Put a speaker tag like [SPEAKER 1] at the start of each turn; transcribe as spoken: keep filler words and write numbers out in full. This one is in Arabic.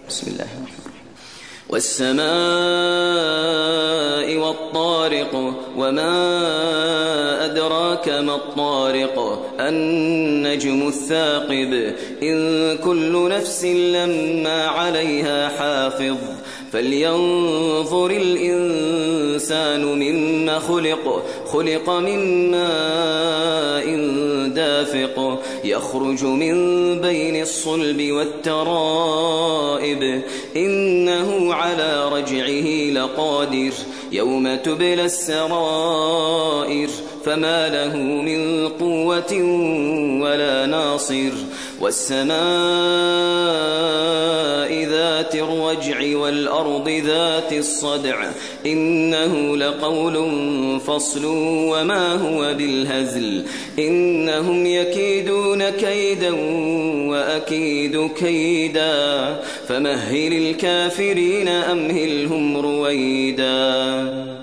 [SPEAKER 1] بسم الله الرحمن الرحيم. والسماء والطارق وما أدراك ما الطارق النجم الثاقب إن كل نفس لما عليها حافظ فلينظر الإنسان مما خلق خلق من ماء دافق يخرج من بين الصلب والترائب إنه على رجعه لقادر يوم تبلى السرائر فما له من قوة ولا ناصر والسماء ذات الرجع والأرض ذات الصدع إنه لقول فصل وما هو بالهزل إنهم يكيدون كيدا وأكيد كيدا فمهل الكافرين أمهلهم رويدا.